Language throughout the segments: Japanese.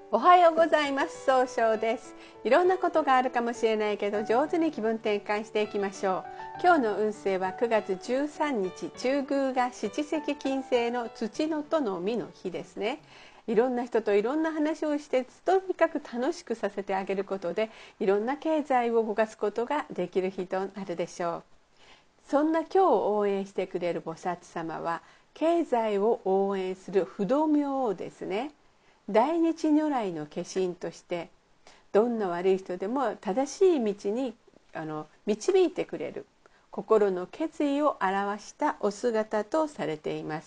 おはようございます。総称です。いろんなことがあるかもしれないけど、上手に気分転換していきましょう。今日の運勢は9月13日、中宮が七石金星の土のとの実の日ですね。いろんな人といろんな話をしてとにかく楽しくさせてあげることで、いろんな経済を動かすことができる日となるでしょう。そんな今日を応援してくれる菩薩様は、経済を応援する不動明王ですね。大日如来の化身として、どんな悪い人でも正しい道に導いてくれる心の決意を表したお姿とされています。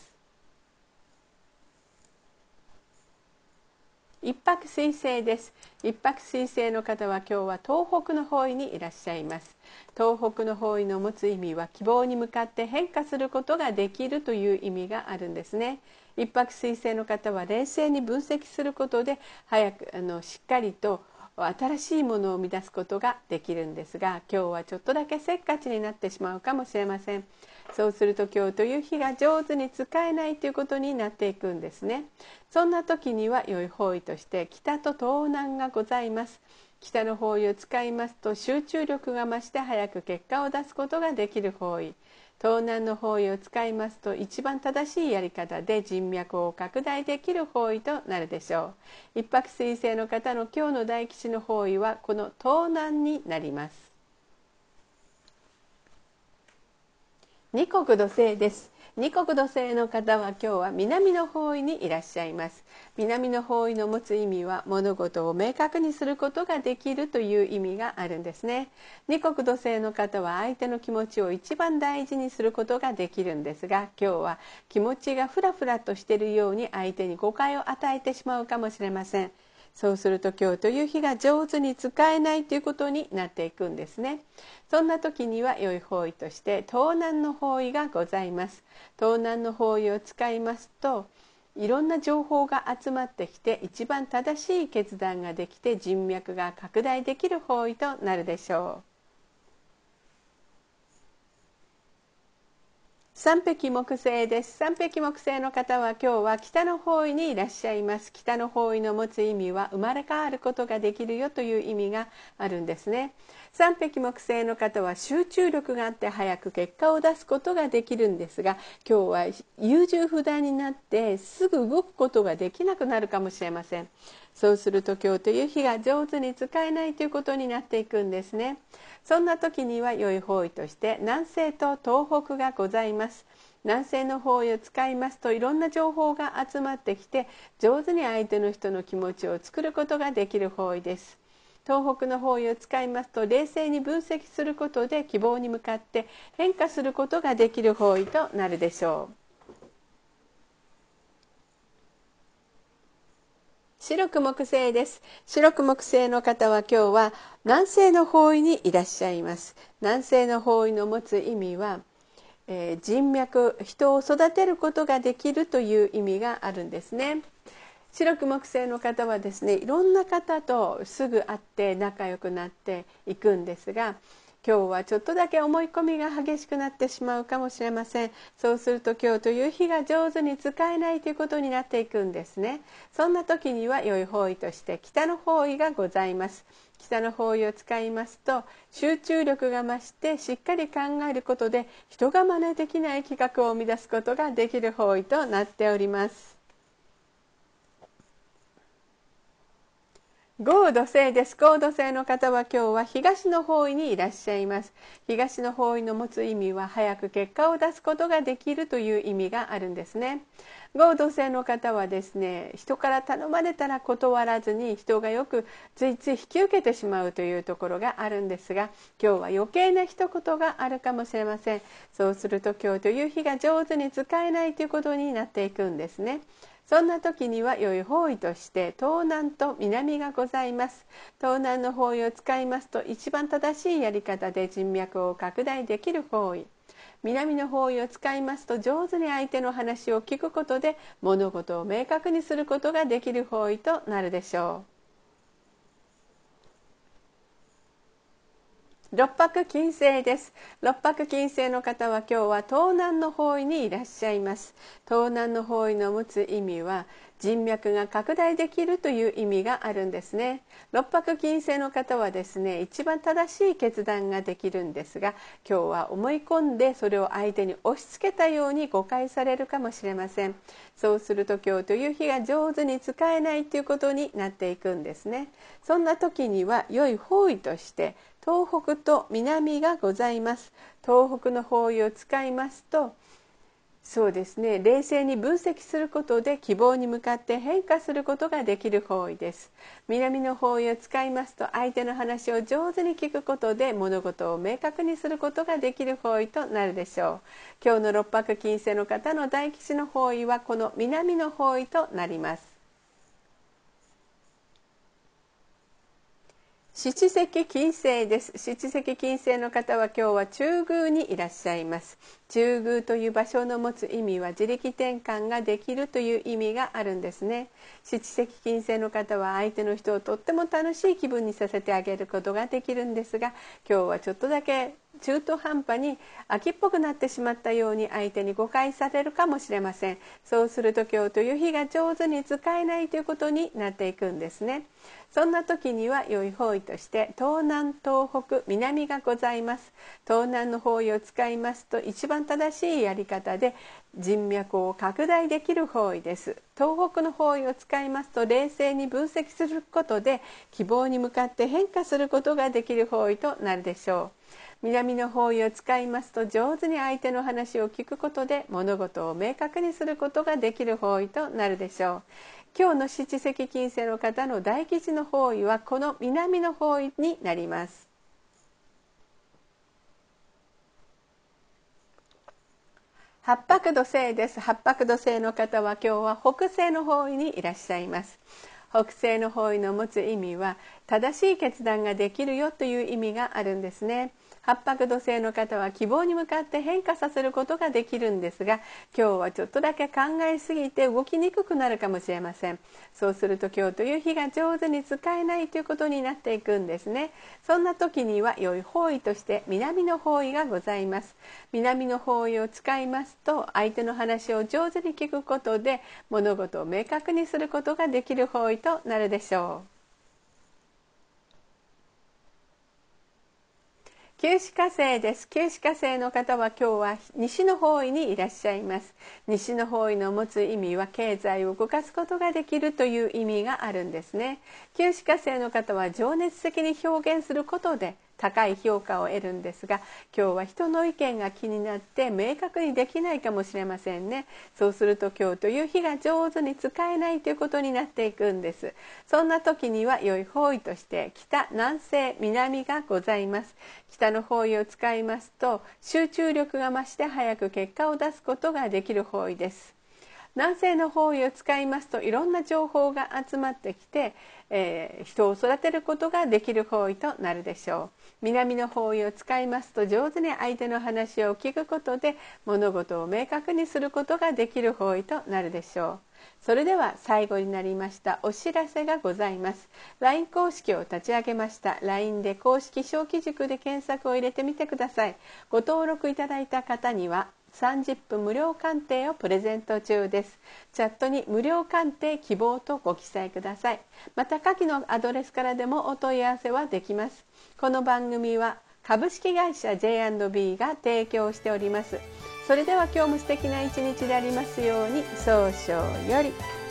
一泊水星です。一泊水星の方は今日は東北の方位にいらっしゃいます。東北の方位の持つ意味は、希望に向かって変化することができるという意味があるんですね。一泊水星の方は冷静に分析することで、しっかりと新しいものを生み出すことができるんですが、今日はちょっとだけせっかちになってしまうかもしれません。そうすると今日という日が上手に使えないということになっていくんですね。そんな時には良い方位として北と東南がございます。北の方位を使いますと集中力が増して早く結果を出すことができる方位。東南の方位を使いますと一番正しいやり方で人脈を拡大できる方位となるでしょう。一泊水星の方の今日の大吉の方位はこの東南になります。二国土星です。二国土星の方は今日は南の方位にいらっしゃいます。南の方位の持つ意味は、物事を明確にすることができるという意味があるんですね。二国土星の方は相手の気持ちを一番大事にすることができるんですが、今日は気持ちがフラフラとしているように相手に誤解を与えてしまうかもしれません。そうすると今日という日が上手に使えないということになっていくんですね。そんな時には良い方位として東南の方位がございます。東南の方位を使いますと、いろんな情報が集まってきて一番正しい決断ができて人脈が拡大できる方位となるでしょう。三匹木星です。三匹木星の方は今日は北の方位にいらっしゃいます。北の方位の持つ意味は生まれ変わることができるよという意味があるんですね。三匹木星の方は集中力があって早く結果を出すことができるんですが、今日は優柔不断になってすぐ動くことができなくなるかもしれません。そうすると今日という日が上手に使えないということになっていくんですね。そんな時には良い方位として南西と東北がございます。南西の方位を使いますといろんな情報が集まってきて上手に相手の人の気持ちを作ることができる方位です。東北の方位を使いますと冷静に分析することで希望に向かって変化することができる方位となるでしょう。白く木星です。白く木星の方は今日は南西の方位にいらっしゃいます。南西の方位の持つ意味は、人脈、人を育てることができるという意味があるんですね。白く木星の方はですね、いろんな方とすぐ会って仲良くなっていくんですが、今日はちょっとだけ思い込みが激しくなってしまうかもしれません。そうすると今日という日が上手に使えないということになっていくんですね。そんな時には良い方位として北の方位がございます。北の方位を使いますと集中力が増してしっかり考えることで人が真似できない企画を生み出すことができる方位となっております。合土星です。合土星の方は今日は東の方位にいらっしゃいます。東の方位の持つ意味は早く結果を出すことができるという意味があるんですね。合土星の方はですね、人から頼まれたら断らずに人がよくついつい引き受けてしまうというところがあるんですが、今日は余計な一言があるかもしれません。そうすると今日という日が上手に使えないということになっていくんですね。そんな時には良い方位として東南と南がございます。東南の方位を使いますと一番正しいやり方で人脈を拡大できる方位。南の方位を使いますと上手に相手の話を聞くことで物事を明確にすることができる方位となるでしょう。六白金星です。六白金星の方は今日は東南の方位にいらっしゃいます。東南の方位の持つ意味は人脈が拡大できるという意味があるんですね。六白金星の方はですね、一番正しい決断ができるんですが、今日は思い込んでそれを相手に押し付けたように誤解されるかもしれません。そうすると今日という日が上手に使えないということになっていくんですね。そんな時には良い方位として東北と南がございます。東北の方位を使いますと、そうですね、冷静に分析することで希望に向かって変化することができる方位です。南の方位を使いますと、相手の話を上手に聞くことで物事を明確にすることができる方位となるでしょう。今日の六白金星の方の大吉の方位はこの南の方位となります。七石金星です。七石金星の方は今日は中宮にいらっしゃいます。中宮という場所の持つ意味は自力転換ができるという意味があるんですね。七石金星の方は相手の人をとっても楽しい気分にさせてあげることができるんですが、今日はちょっとだけ中途半端に秋っぽくなってしまったように相手に誤解されるかもしれません。そうすると今日という日が上手に使えないということになっていくんですね。そんな時には良い方位として東南東北南がございます。東南の方位を使いますと一番正しいやり方で人脈を拡大できる方位です。東北の方位を使いますと冷静に分析することで希望に向かって変化することができる方位となるでしょう。南の方位を使いますと上手に相手の話を聞くことで物事を明確にすることができる方位となるでしょう。今日の七石金星の方の大吉の方位はこの南の方位になります。八白土星です。八白土星の方は今日は北西の方位にいらっしゃいます。北西の方位の持つ意味は正しい決断ができるよという意味があるんですね。八白土星の方は希望に向かって変化させることができるんですが、今日はちょっとだけ考えすぎて動きにくくなるかもしれません。そうすると今日という日が上手に使えないということになっていくんですね。そんな時には良い方位として南の方位がございます。南の方位を使いますと相手の話を上手に聞くことで物事を明確にすることができる方位となるでしょう。九死火星です。九死火星の方は今日は西の方位にいらっしゃいます。西の方位の持つ意味は経済を動かすことができるという意味があるんですね。九死火星の方は情熱的に表現することで高い評価を得るんですが、今日は人の意見が気になって明確にできないかもしれませんね。そうすると今日という日が上手に使えないということになっていくんです。そんな時には良い方位として北、南西、南がございます。北の方位を使いますと集中力が増して早く結果を出すことができる方位です。南西の方位を使いますといろんな情報が集まってきて、人を育てることができる方位となるでしょう。南の方位を使いますと上手に相手の話を聞くことで物事を明確にすることができる方位となるでしょう。それでは最後になりましたお知らせがございます。 LINE 公式を立ち上げました。 LINE で公式小規塾で検索を入れてみてください。ご登録いただいた方には30分無料鑑定をプレゼント中です。チャットに無料鑑定希望とご記載ください。また下記のアドレスからでもお問い合わせはできます。この番組は株式会社 J&B が提供しております。それでは今日も素敵な一日でありますように。早々より。